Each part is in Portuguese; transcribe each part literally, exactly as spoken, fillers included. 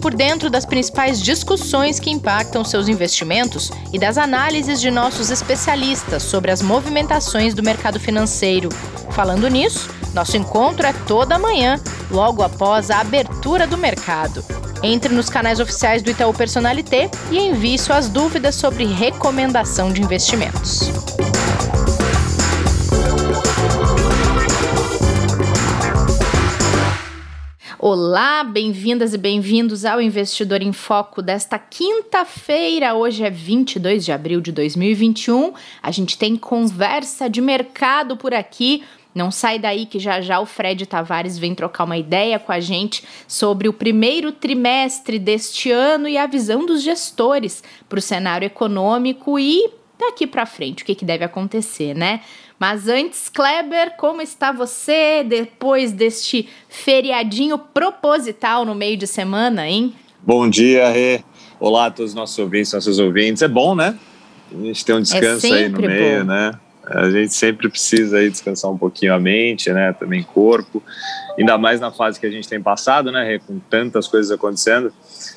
por dentro das principais discussões que impactam seus investimentos e das análises de nossos especialistas sobre as movimentações do mercado financeiro. Falando nisso, nosso encontro é toda manhã, logo após a abertura do mercado. Entre nos canais oficiais do Itaú Personalité e envie suas dúvidas sobre recomendação de investimentos. Olá, bem-vindas e bem-vindos ao Investidor em Foco desta quinta-feira. Hoje é vinte e dois de abril de dois mil e vinte e um. A gente tem conversa de mercado por aqui. Não sai daí que já já o Fred Tavares vem trocar uma ideia com a gente sobre o primeiro trimestre deste ano e a visão dos gestores para o cenário econômico e daqui para frente o que, que deve acontecer, né? Mas antes, Kleber, como está você depois deste feriadinho proposital no meio de semana, hein? Bom dia, Rê. Olá a todos os nossos ouvintes, nossos ouvintes. É bom, né? A gente tem um descanso é aí no meio, bom. né? A gente sempre precisa aí descansar um pouquinho a mente, né? Também corpo. Ainda mais na fase que a gente tem passado, né, Rê? Com tantas coisas acontecendo.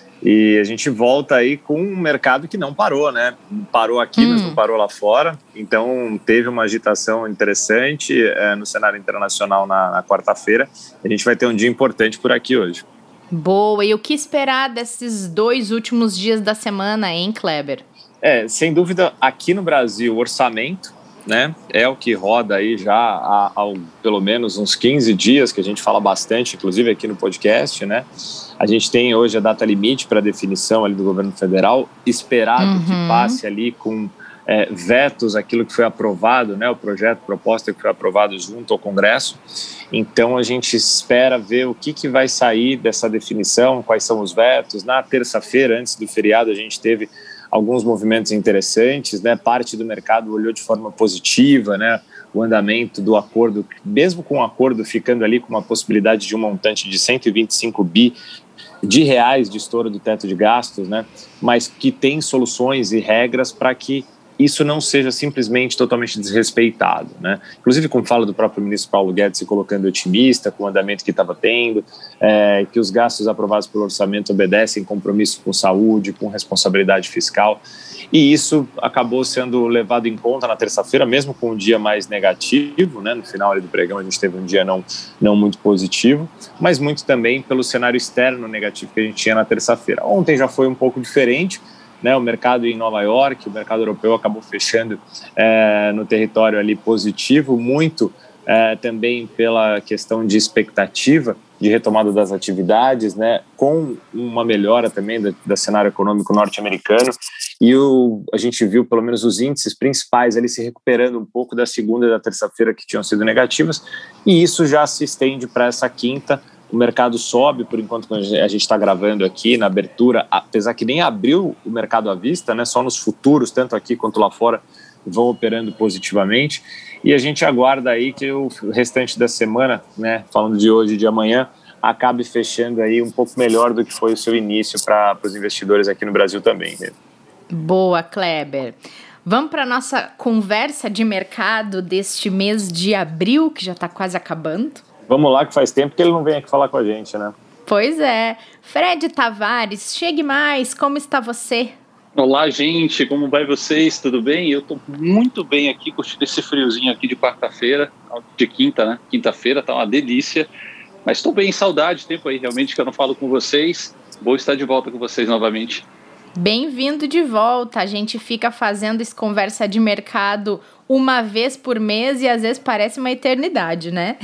E a gente volta aí com um mercado que não parou, né? Parou aqui, hum. mas não parou lá fora. Então, teve uma agitação interessante é, no cenário internacional na, na quarta-feira. A gente vai ter um dia importante por aqui hoje. Boa. E o que esperar desses dois últimos dias da semana, hein, Kleber? É, sem dúvida, aqui no Brasil, o orçamento, né, é o que roda aí já há, há pelo menos uns quinze dias, que a gente fala bastante, inclusive aqui no podcast, né? A gente tem hoje a data limite para definição ali do governo federal, esperado uhum. que passe ali com é, vetos aquilo que foi aprovado, né, o projeto, proposta que foi aprovado junto ao Congresso. Então a gente espera ver o que, que vai sair dessa definição, quais são os vetos. Na terça-feira, antes do feriado, a gente teve alguns movimentos interessantes, né? Parte do mercado olhou de forma positiva, né? O andamento do acordo, mesmo com o acordo ficando ali com uma possibilidade de um montante de cento e vinte e cinco bi de reais de estouro do teto de gastos, né? Mas que tem soluções e regras para que isso não seja simplesmente totalmente desrespeitado, né? Inclusive, como fala do próprio ministro Paulo Guedes se colocando otimista com o andamento que estava tendo, é, que os gastos aprovados pelo orçamento obedecem compromisso com saúde, com responsabilidade fiscal, e isso acabou sendo levado em conta na terça-feira, mesmo com um dia mais negativo, né? No final ali do pregão a gente teve um dia não, não muito positivo, mas muito também pelo cenário externo negativo que a gente tinha na terça-feira. Ontem já foi um pouco diferente, né, o mercado em Nova York, o mercado europeu acabou fechando é, no território ali positivo, muito é, também pela questão de expectativa de retomada das atividades, né, com uma melhora também do, do cenário econômico norte-americano, e o, a gente viu pelo menos os índices principais ali se recuperando um pouco da segunda e da terça-feira que tinham sido negativas, e isso já se estende para essa quinta. O mercado sobe, por enquanto a gente está gravando aqui na abertura, apesar que nem abriu o mercado à vista, né? Só nos futuros, tanto aqui quanto lá fora, vão operando positivamente. E a gente aguarda aí que o restante da semana, né, falando de hoje e de amanhã, acabe fechando aí um pouco melhor do que foi o seu início para os investidores aqui no Brasil também. Né? Boa, Kleber. Vamos para a nossa conversa de mercado deste mês de abril, que já está quase acabando. Vamos lá, que faz tempo que ele não vem aqui falar com a gente, né? Pois é. Fred Tavares, chegue mais, como está você? Olá, gente, como vai vocês? Tudo bem? Eu estou muito bem aqui, curtindo esse friozinho aqui de quarta-feira, de quinta, né? Quinta-feira tá uma delícia, mas estou bem, saudade, tempo aí realmente que eu não falo com vocês. Vou estar de volta com vocês novamente. Bem-vindo de volta. A gente fica fazendo essa conversa de mercado uma vez por mês e às vezes parece uma eternidade, né?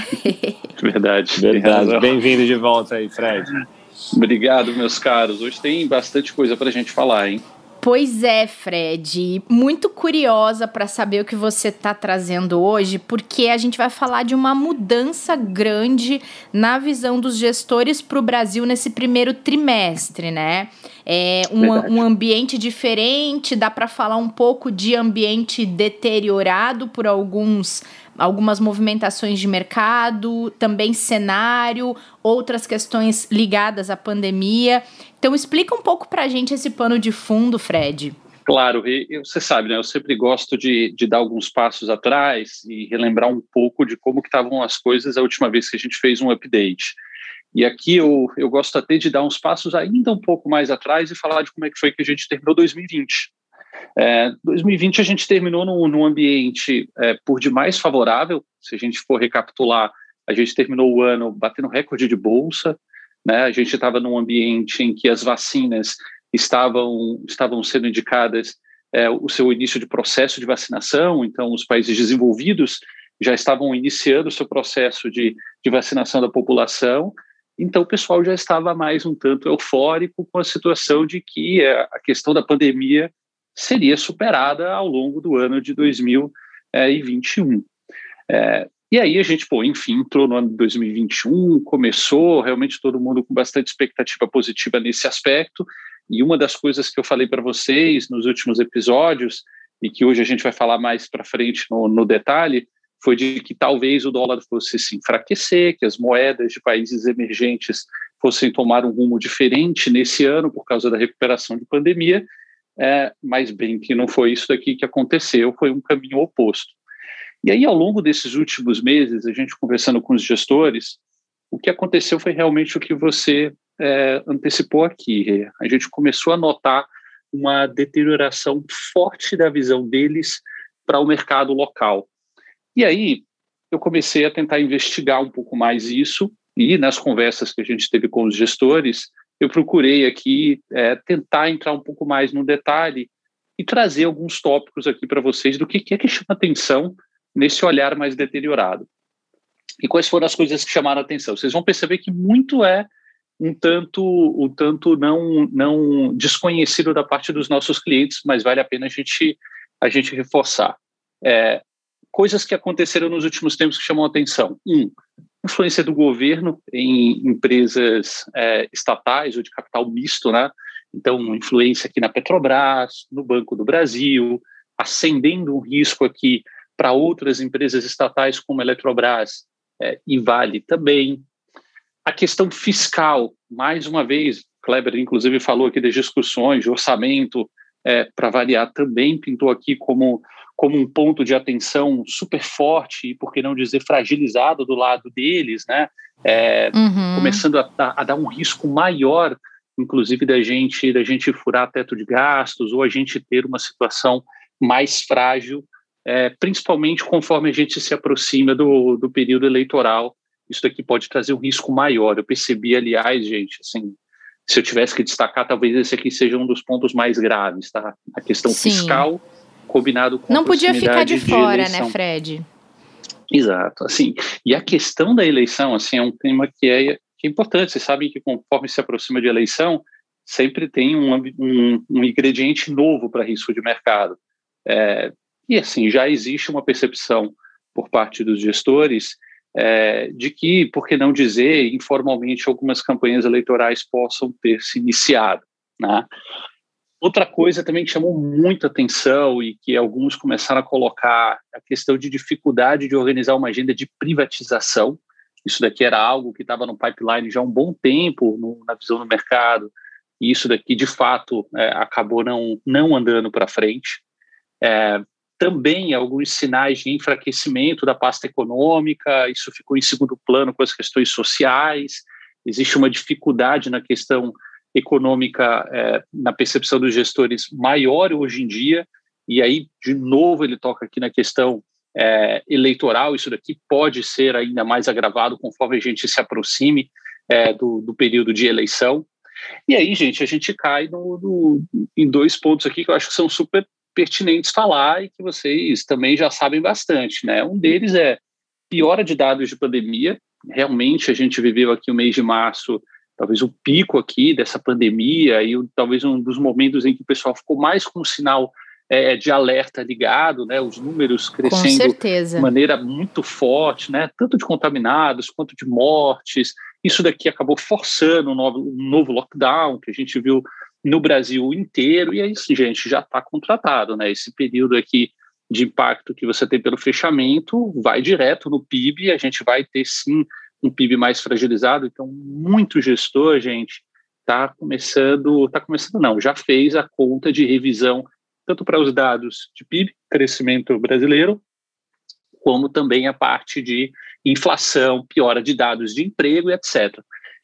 Verdade. Verdade. Bem-vindo de volta aí, Fred. Obrigado, meus caros. Hoje tem bastante coisa para a gente falar, hein? Pois é, Fred, muito curiosa para saber o que você está trazendo hoje, porque a gente vai falar de uma mudança grande na visão dos gestores para o Brasil nesse primeiro trimestre, né? É um, um ambiente diferente, dá para falar um pouco de ambiente deteriorado por alguns algumas movimentações de mercado, também cenário, outras questões ligadas à pandemia. Então, explica um pouco para a gente esse pano de fundo, Fred. Claro, e você sabe, né? Eu sempre gosto de, de dar alguns passos atrás e relembrar um pouco de como que estavam as coisas a última vez que a gente fez um update. E aqui eu, eu gosto até de dar uns passos ainda um pouco mais atrás e falar de como é que foi que a gente terminou dois mil e vinte. É, dois mil e vinte a gente terminou num, num ambiente é, por demais favorável. Se a gente for recapitular, a gente terminou o ano batendo recorde de bolsa, né? A gente estava num ambiente em que as vacinas estavam, estavam sendo indicadas é, o seu início de processo de vacinação, então os países desenvolvidos já estavam iniciando o seu processo de, de vacinação da população, então o pessoal já estava mais um tanto eufórico com a situação de que a questão da pandemia seria superada ao longo do ano de dois mil e vinte e um. É, e aí a gente, pô, enfim, entrou no ano de dois mil e vinte e um, começou realmente todo mundo com bastante expectativa positiva nesse aspecto, e uma das coisas que eu falei para vocês nos últimos episódios, e que hoje a gente vai falar mais para frente no, no detalhe, foi de que talvez o dólar fosse se enfraquecer, que as moedas de países emergentes fossem tomar um rumo diferente nesse ano por causa da recuperação de pandemia, é, mas bem que não foi isso daqui que aconteceu, foi um caminho oposto. E aí, ao longo desses últimos meses, a gente conversando com os gestores, o que aconteceu foi realmente o que você é, antecipou aqui. A gente começou a notar uma deterioração forte da visão deles para o mercado local. E aí, eu comecei a tentar investigar um pouco mais isso, e nas conversas que a gente teve com os gestores, eu procurei aqui é, tentar entrar um pouco mais no detalhe e trazer alguns tópicos aqui para vocês do que, que é que chama atenção nesse olhar mais deteriorado. E quais foram as coisas que chamaram a atenção? Vocês vão perceber que muito é um tanto, um tanto não, não desconhecido da parte dos nossos clientes, mas vale a pena a gente, a gente reforçar. É, coisas que aconteceram nos últimos tempos que chamam a atenção. Um, influência do governo em empresas é, estatais ou de capital misto, né? Então, influência aqui na Petrobras, no Banco do Brasil, acendendo um risco aqui para outras empresas estatais como a Eletrobras é, e Vale também. A questão fiscal, mais uma vez, Kleber inclusive falou aqui das discussões de orçamento, é, para variar, também pintou aqui como, como um ponto de atenção super forte e, por que não dizer, fragilizado do lado deles, né? É, uhum. Começando a, a dar um risco maior, inclusive da gente, da gente furar teto de gastos ou a gente ter uma situação mais frágil, É, principalmente conforme a gente se aproxima do, do período eleitoral. Isso daqui pode trazer um risco maior. Eu percebi, aliás, gente, assim, se eu tivesse que destacar, talvez esse aqui seja um dos pontos mais graves, tá? A questão Sim. fiscal, combinado com Não a podia ficar de, de fora, eleição. né, Fred? Exato, assim, e a questão da eleição, assim, é um tema que é, que é importante. Vocês sabem que conforme se aproxima de eleição, sempre tem um, um, um ingrediente novo para risco de mercado. É, E assim, já existe uma percepção por parte dos gestores é, de que, por que não dizer, informalmente, algumas campanhas eleitorais possam ter se iniciado, né? Outra coisa também que chamou muita atenção e que alguns começaram a colocar a questão de dificuldade de organizar uma agenda de privatização. Isso daqui era algo que estava no pipeline já há um bom tempo, no, na visão do mercado, e isso daqui, de fato, é, acabou não, não andando para frente. É, Também alguns sinais de enfraquecimento da pasta econômica, isso ficou em segundo plano com as questões sociais, existe uma dificuldade na questão econômica, é, na percepção dos gestores maior hoje em dia, e aí, de novo, ele toca aqui na questão é, eleitoral. Isso daqui pode ser ainda mais agravado conforme a gente se aproxime é, do, do período de eleição. E aí, gente, a gente cai no, no, em dois pontos aqui que eu acho que são super pertinentes falar e que vocês também já sabem bastante, né? Um deles é piora de dados de pandemia. Realmente a gente viveu aqui o mês de março, talvez o pico aqui dessa pandemia e talvez um dos momentos em que o pessoal ficou mais com um sinal é, de alerta ligado, né? Os números crescendo de maneira muito forte, né? Tanto de contaminados quanto de mortes. Isso daqui acabou forçando um novo, um novo lockdown que a gente viu no Brasil inteiro, e aí, gente, já está contratado, né? Esse período aqui de impacto que você tem pelo fechamento vai direto no P I B, a gente vai ter, sim, um P I B mais fragilizado. Então, muito gestor, gente, está começando, está começando não, já fez a conta de revisão, tanto para os dados de P I B, crescimento brasileiro, como também a parte de inflação, piora de dados de emprego e etcétera.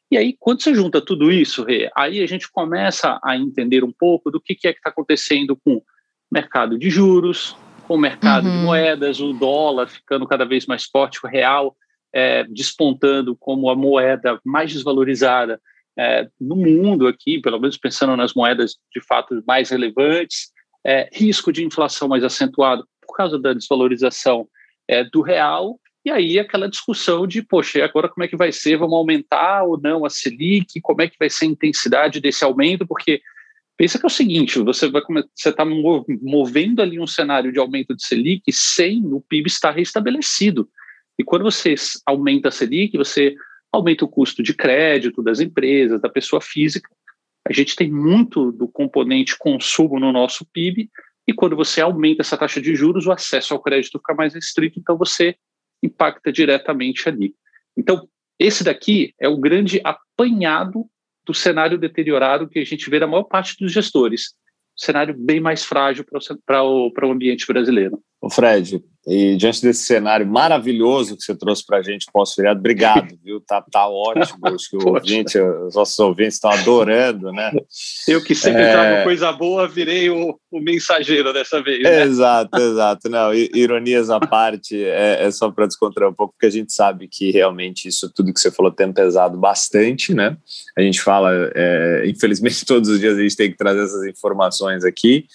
E aí, quando você junta tudo isso, Rê, aí a gente começa a entender um pouco do que, que é que está acontecendo com o mercado de juros, com o mercado uhum. de moedas, o dólar ficando cada vez mais forte, o real é, despontando como a moeda mais desvalorizada é, no mundo aqui, pelo menos pensando nas moedas de fato mais relevantes, é, risco de inflação mais acentuado por causa da desvalorização é, do real, e aí aquela discussão de, poxa, agora como é que vai ser? Vamos aumentar ou não a Selic? Como é que vai ser a intensidade desse aumento? Porque pensa que é o seguinte, você vai você está movendo ali um cenário de aumento de Selic sem o P I B estar restabelecido. E quando você aumenta a Selic, você aumenta o custo de crédito das empresas, da pessoa física. A gente tem muito do componente consumo no nosso P I B, e quando você aumenta essa taxa de juros, o acesso ao crédito fica mais restrito, então você impacta diretamente ali. Então, esse daqui é o grande apanhado do cenário deteriorado que a gente vê na maior parte dos gestores. Um cenário bem mais frágil para o, para o ambiente brasileiro. Ô Fred, e diante desse cenário maravilhoso que você trouxe para a gente pós-feriado, obrigado, viu? Tá, tá ótimo, acho que o ouvinte, os nossos ouvintes estão adorando, né? Eu que sempre é... trago coisa boa, virei o, o mensageiro dessa vez, né? Exato, exato. Não, ironias à parte, é, é só para descontrair um pouco, porque a gente sabe que realmente isso tudo que você falou tem pesado bastante, né? A gente fala, é, infelizmente todos os dias a gente tem que trazer essas informações aqui,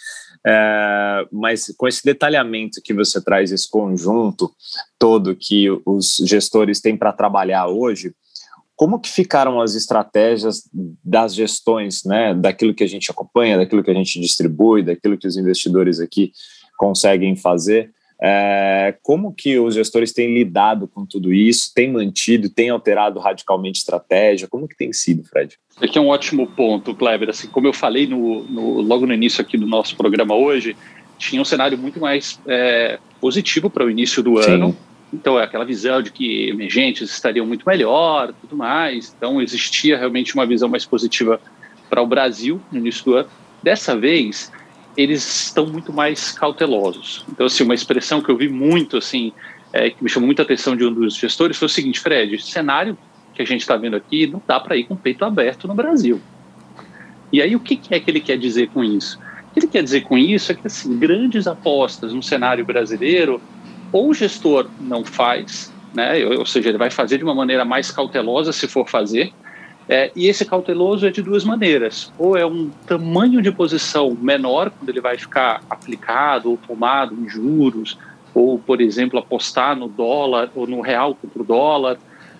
É, mas com esse detalhamento que você traz, esse conjunto todo que os gestores têm para trabalhar hoje, como que ficaram as estratégias das gestões, né, daquilo que a gente acompanha, daquilo que a gente distribui, daquilo que os investidores aqui conseguem fazer? É, como que os gestores têm lidado com tudo isso, têm mantido, têm alterado radicalmente a estratégia? Como que tem sido, Fred? Aqui é um ótimo ponto, Kleber. Assim, como eu falei no, no, logo no início aqui do nosso programa hoje, tinha um cenário muito mais é, positivo para o início do Sim. ano. Então, é aquela visão de que emergentes estariam muito melhor, tudo mais. Então, existia realmente uma visão mais positiva para o Brasil no início do ano. Dessa vez, eles estão muito mais cautelosos. Então, assim, uma expressão que eu vi muito, assim, é, que me chamou muita atenção de um dos gestores foi o seguinte: Fred, esse cenário que a gente está vendo aqui não dá para ir com o peito aberto no Brasil. E aí, o que é que ele quer dizer com isso? O que ele quer dizer com isso é que, assim, grandes apostas no cenário brasileiro, ou o gestor não faz, né, ou seja, ele vai fazer de uma maneira mais cautelosa se for fazer, É, e esse cauteloso é de duas maneiras. Ou é um tamanho de posição menor, quando ele vai ficar aplicado ou tomado em juros, ou, por exemplo, apostar no dólar ou no real contra o dólar,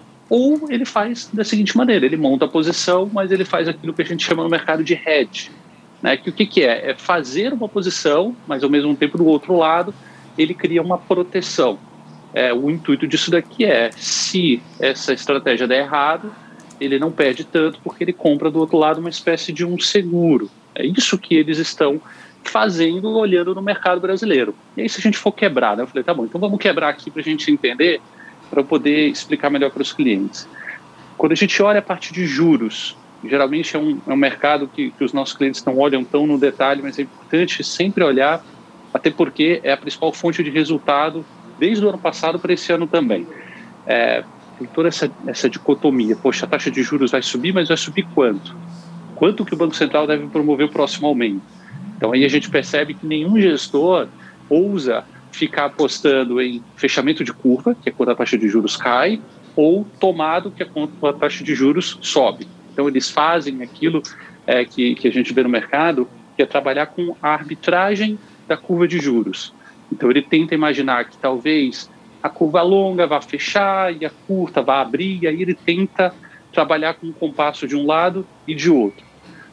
ou ele faz da seguinte maneira: ele monta a posição, mas ele faz aquilo que a gente chama no mercado de hedge, né? Que o que, que é? É fazer uma posição, mas ao mesmo tempo do outro lado ele cria uma proteção. É, o intuito disso daqui é, se essa estratégia der errado, ele não perde tanto porque ele compra do outro lado uma espécie de um seguro. É isso que eles estão fazendo, olhando no mercado brasileiro. E aí, se a gente for quebrar, né, eu falei, tá bom, então vamos quebrar aqui para a gente entender, para eu poder explicar melhor para os clientes. Quando a gente olha a parte de juros, geralmente é um, é um mercado que, que os nossos clientes não olham tão no detalhe, mas é importante sempre olhar, até porque é a principal fonte de resultado desde o ano passado para esse ano também. É, tem toda essa, essa dicotomia. Poxa, a taxa de juros vai subir, mas vai subir quanto? Quanto que o Banco Central deve promover o próximo aumento? Então aí a gente percebe que nenhum gestor ousa ficar apostando em fechamento de curva, que é quando a taxa de juros cai, ou tomado, que é quando a taxa de juros sobe. Então eles fazem aquilo é, que, que a gente vê no mercado, que é trabalhar com a arbitragem da curva de juros. Então ele tenta imaginar que talvez a curva longa vai fechar e a curta vai abrir, e aí ele tenta trabalhar com um compasso de um lado e de outro.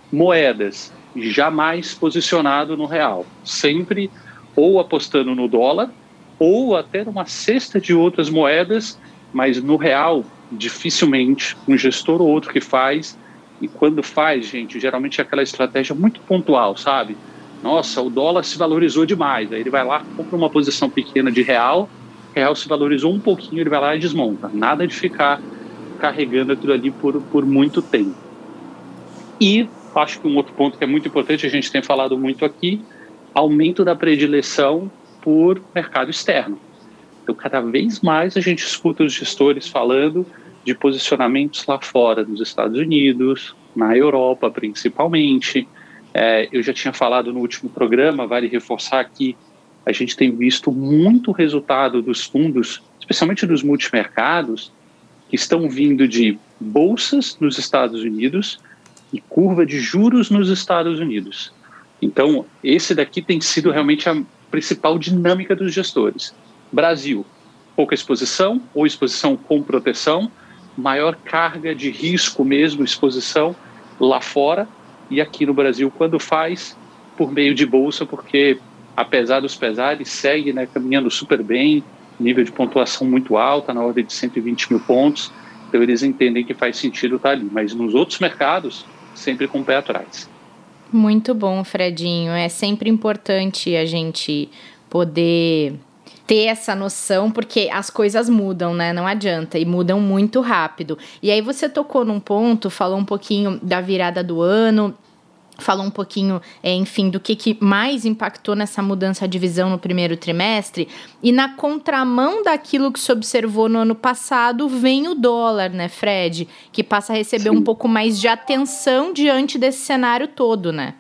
Moedas, jamais posicionado no real, sempre ou apostando no dólar, ou até numa cesta de outras moedas, mas no real, dificilmente um gestor ou outro que faz, e quando faz, gente, geralmente é aquela estratégia muito pontual, sabe? Nossa, o dólar se valorizou demais, aí ele vai lá, compra uma posição pequena de real, real se valorizou um pouquinho, ele vai lá e desmonta. Nada de ficar carregando aquilo ali por, por muito tempo. E acho que um outro ponto que é muito importante, a gente tem falado muito aqui, aumento da predileção por mercado externo. Então, cada vez mais a gente escuta os gestores falando de posicionamentos lá fora, nos Estados Unidos, na Europa principalmente. É, eu já tinha falado no último programa, vale reforçar que a gente tem visto muito resultado dos fundos, especialmente dos multimercados, que estão vindo de bolsas nos Estados Unidos e curva de juros nos Estados Unidos. Então, esse daqui tem sido realmente a principal dinâmica dos gestores. Brasil, pouca exposição ou exposição com proteção, maior carga de risco mesmo, exposição lá fora, e aqui no Brasil, quando faz, por meio de bolsa, porque apesar dos pesares, segue, né, caminhando super bem, nível de pontuação muito alta, na ordem de cento e vinte mil pontos, então eles entendem que faz sentido estar ali, mas nos outros mercados, sempre com o pé atrás. Muito bom, Fredinho, é sempre importante a gente poder ter essa noção, porque as coisas mudam, né? Não adianta, e mudam muito rápido. E aí você tocou num ponto, falou um pouquinho da virada do ano, falou um pouquinho, é, enfim, do que, que mais impactou nessa mudança de visão no primeiro trimestre, e na contramão daquilo que se observou no ano passado, vem o dólar, né, Fred? Que passa a receber Sim. um pouco mais de atenção diante desse cenário todo, né?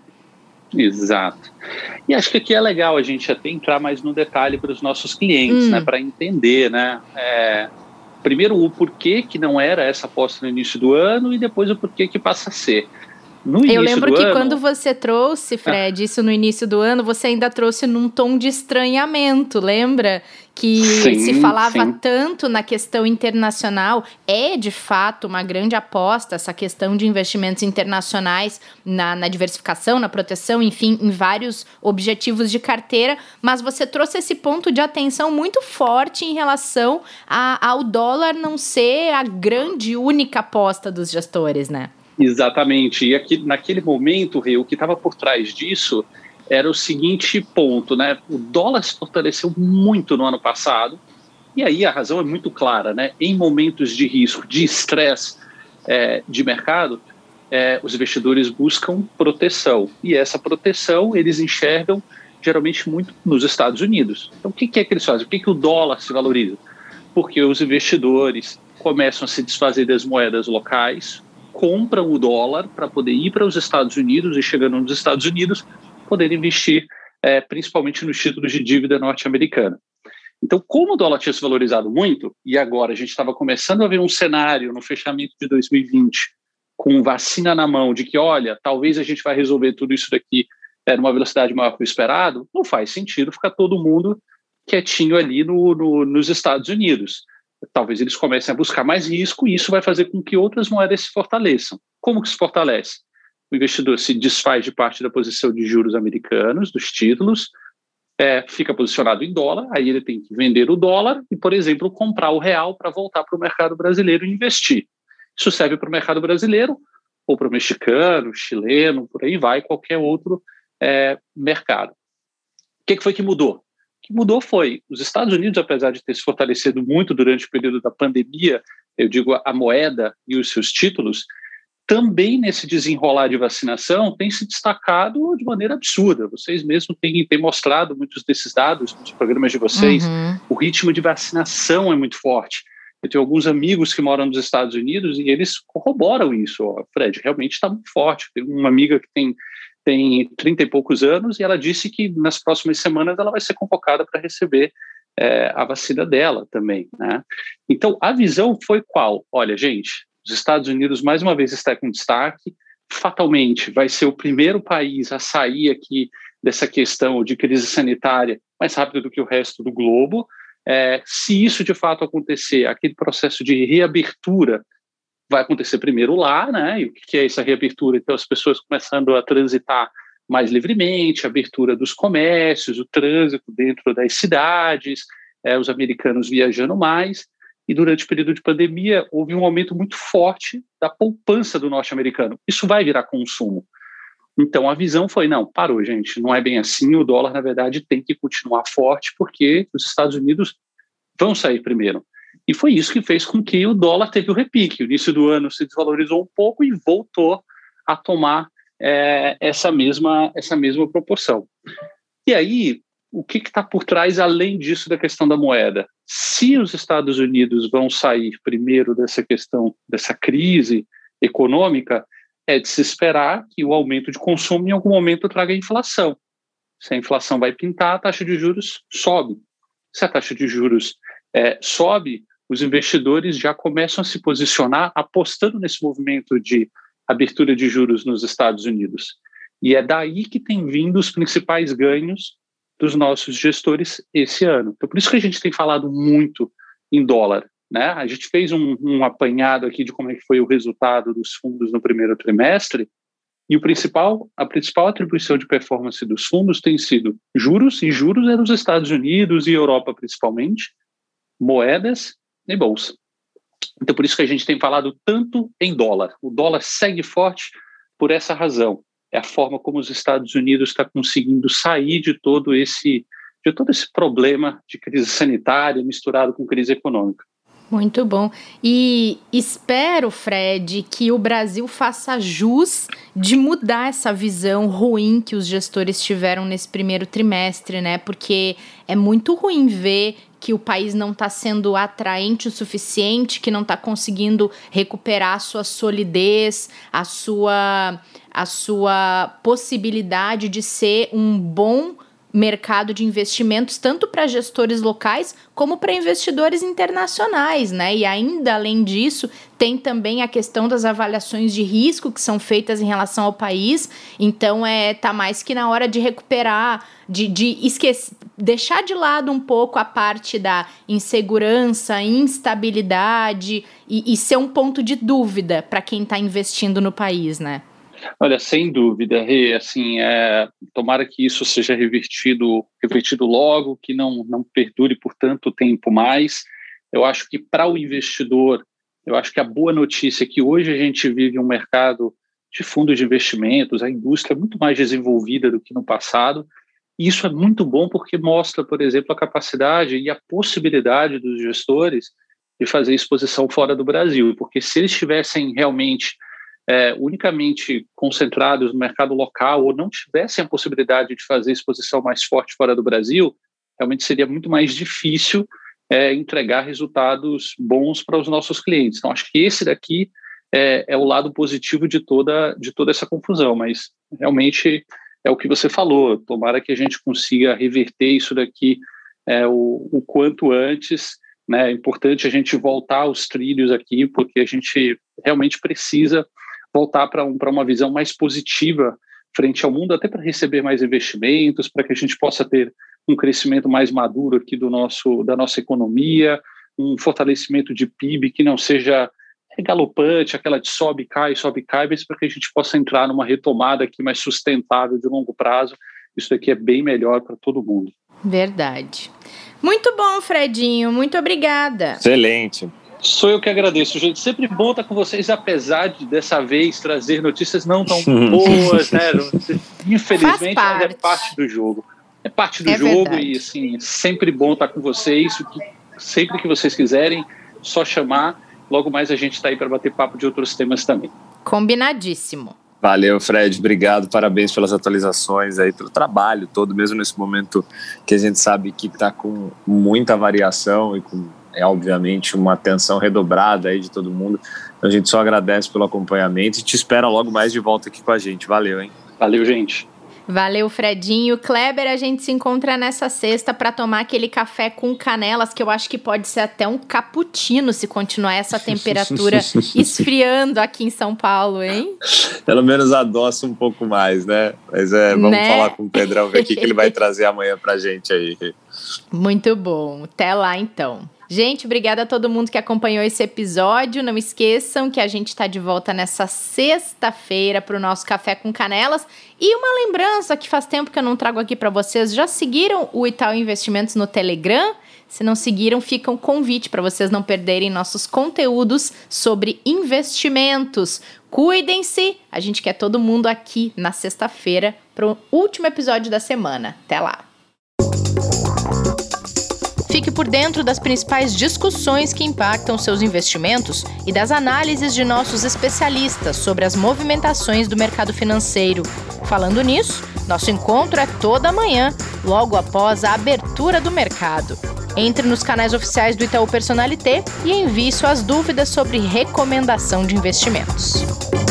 Exato. E acho que aqui é legal a gente até entrar mais no detalhe para os nossos clientes, hum. né, para entender, né, é, primeiro o porquê que não era essa aposta no início do ano e depois o porquê que passa a ser. No Eu lembro que ano, quando você trouxe, Fred, ah. isso no início do ano, você ainda trouxe num tom de estranhamento, lembra? Que sim, se falava sim. tanto na questão internacional, é de fato uma grande aposta essa questão de investimentos internacionais na, na diversificação, na proteção, enfim, em vários objetivos de carteira, mas você trouxe esse ponto de atenção muito forte em relação a, ao dólar não ser a grande, única aposta dos gestores, né? Exatamente, e aqui, naquele momento, Rê, o que estava por trás disso era o seguinte ponto, né? O dólar se fortaleceu muito no ano passado, e aí a razão é muito clara, né? Em momentos de risco, de estresse é, de mercado, é, os investidores buscam proteção, e essa proteção eles enxergam geralmente muito nos Estados Unidos. Então, o que, que é que eles fazem? Por que, que o dólar se valoriza? Porque os investidores começam a se desfazer das moedas locais, compram o dólar para poder ir para os Estados Unidos e, chegando nos Estados Unidos, poder investir é, principalmente nos títulos de dívida norte-americana. Então, como o dólar tinha se valorizado muito, e agora a gente estava começando a ver um cenário no fechamento de dois mil e vinte, com vacina na mão, de que, olha, talvez a gente vai resolver tudo isso daqui é, numa velocidade maior que o esperado, não faz sentido ficar todo mundo quietinho ali no, no, nos Estados Unidos. Talvez eles comecem a buscar mais risco e isso vai fazer com que outras moedas se fortaleçam. Como que se fortalece? O investidor se desfaz de parte da posição de juros americanos, dos títulos, é, fica posicionado em dólar, aí ele tem que vender o dólar e, por exemplo, comprar o real para voltar para o mercado brasileiro e investir. Isso serve para o mercado brasileiro ou para o mexicano, chileno, por aí vai, qualquer outro é, mercado. O que, que foi que mudou? O que mudou foi, os Estados Unidos, apesar de ter se fortalecido muito durante o período da pandemia, eu digo a moeda e os seus títulos, também nesse desenrolar de vacinação tem se destacado de maneira absurda. Vocês mesmos têm, têm mostrado muitos desses dados nos programas de vocês. Uhum. O ritmo de vacinação é muito forte. Eu tenho alguns amigos que moram nos Estados Unidos e eles corroboram isso. Ó, Fred, realmente está muito forte. Tem uma amiga que tem tem trinta e poucos anos, e ela disse que nas próximas semanas ela vai ser convocada para receber é, a vacina dela também, né? Então, a visão foi qual? Olha, gente, os Estados Unidos, mais uma vez, está com destaque, fatalmente vai ser o primeiro país a sair aqui dessa questão de crise sanitária mais rápido do que o resto do globo. É, se isso, de fato, acontecer, aquele processo de reabertura vai acontecer primeiro lá, né? E o que é essa reabertura? Então, as pessoas começando a transitar mais livremente, a abertura dos comércios, o trânsito dentro das cidades, é, os americanos viajando mais. E durante o período de pandemia, houve um aumento muito forte da poupança do norte-americano. Isso vai virar consumo. Então, a visão foi, não, parou, gente, não é bem assim, o dólar, na verdade, tem que continuar forte, porque os Estados Unidos vão sair primeiro. E foi isso que fez com que o dólar teve o repique. O início do ano se desvalorizou um pouco e voltou a tomar é, essa, mesma, essa mesma proporção. E aí, o que está por trás, além disso, da questão da moeda? se os Estados Unidos vão sair primeiro dessa questão, dessa crise econômica, é de se esperar que o aumento de consumo em algum momento traga inflação. Se a inflação vai pintar, a taxa de juros sobe. Se a taxa de juros é, sobe, os investidores já começam a se posicionar apostando nesse movimento de abertura de juros nos Estados Unidos. E é daí que tem vindo os principais ganhos dos nossos gestores esse ano. Então, por isso que a gente tem falado muito em dólar, né? A gente fez um, um apanhado aqui de como é que foi o resultado dos fundos no primeiro trimestre, e o principal, a principal atribuição de performance dos fundos tem sido juros, e juros é nos Estados Unidos e Europa principalmente, moedas e bolsa. Então, por isso que a gente tem falado tanto em dólar. O dólar segue forte por essa razão. É a forma como os Estados Unidos está conseguindo sair de todo esse, de todo esse problema de crise sanitária misturado com crise econômica. Muito bom. E espero, Fred, que o Brasil faça jus de mudar essa visão ruim que os gestores tiveram nesse primeiro trimestre, né? Porque é muito ruim ver que o país não está sendo atraente o suficiente, que não está conseguindo recuperar a sua solidez, a sua, a sua possibilidade de ser um bom mercado de investimentos, tanto para gestores locais como para investidores internacionais, né? E ainda além disso, tem também a questão das avaliações de risco que são feitas em relação ao país. Então, é, tá mais que na hora de recuperar, de, de esquecer, deixar de lado um pouco a parte da insegurança, instabilidade e, e ser um ponto de dúvida para quem está investindo no país, né? Olha, sem dúvida, Rê, assim, é, tomara que isso seja revertido, revertido logo, que não, não perdure por tanto tempo mais. Eu acho que para o investidor, eu acho que a boa notícia é que hoje a gente vive um mercado de fundos de investimentos, a indústria é muito mais desenvolvida do que no passado, e isso é muito bom porque mostra, por exemplo, a capacidade e a possibilidade dos gestores de fazer exposição fora do Brasil, porque se eles tivessem realmente É, unicamente concentrados no mercado local ou não tivessem a possibilidade de fazer exposição mais forte fora do Brasil, realmente seria muito mais difícil é, entregar resultados bons para os nossos clientes. Então, acho que esse daqui é, é o lado positivo de toda, de toda essa confusão, mas realmente é o que você falou, tomara que a gente consiga reverter isso daqui é, o, o quanto antes, né? É importante a gente voltar aos trilhos aqui, porque a gente realmente precisa voltar para um, para uma visão mais positiva frente ao mundo, até para receber mais investimentos, para que a gente possa ter um crescimento mais maduro aqui do nosso, da nossa economia, um fortalecimento de P I B que não seja galopante, aquela de sobe, cai, sobe, cai, mas para que a gente possa entrar numa retomada aqui mais sustentável de longo prazo. Isso daqui é bem melhor para todo mundo. Verdade. Muito bom, Fredinho. Muito obrigada. Excelente. Sou eu que agradeço, gente. Sempre bom estar com vocês, apesar de dessa vez trazer notícias não tão boas, né? Infelizmente, mas é parte do jogo. É parte do é jogo verdade. E, assim, sempre bom estar com vocês. Sempre que vocês quiserem, só chamar. Logo mais a gente está aí para bater papo de outros temas também. Combinadíssimo. Valeu, Fred. Obrigado. Parabéns pelas atualizações aí, pelo trabalho todo, mesmo nesse momento que a gente sabe que está com muita variação e com é obviamente uma atenção redobrada aí de todo mundo. A gente só agradece pelo acompanhamento e te espera logo mais de volta aqui com a gente. Valeu, hein? Valeu, gente. Valeu, Fredinho. Kleber, a gente se encontra nessa sexta para tomar aquele café com canelas, que eu acho que pode ser até um cappuccino se continuar essa temperatura esfriando aqui em São Paulo, hein? Pelo menos adoça um pouco mais, né? Mas é, vamos né? falar com o Pedrão, ver o que ele vai trazer amanhã pra gente aí. Muito bom. Até lá, então. Gente, obrigada a todo mundo que acompanhou esse episódio. Não esqueçam que a gente está de volta nessa sexta-feira para o nosso Café com Canelas. E uma lembrança que faz tempo que eu não trago aqui para vocês. Já seguiram o Itaú Investimentos no Telegram? Se não seguiram, fica um convite para vocês não perderem nossos conteúdos sobre investimentos. Cuidem-se, a gente quer todo mundo aqui na sexta-feira para o último episódio da semana. Até lá! Fique por dentro das principais discussões que impactam seus investimentos e das análises de nossos especialistas sobre as movimentações do mercado financeiro. Falando nisso, nosso encontro é toda manhã, logo após a abertura do mercado. Entre nos canais oficiais do Itaú Personalité e envie suas dúvidas sobre recomendação de investimentos.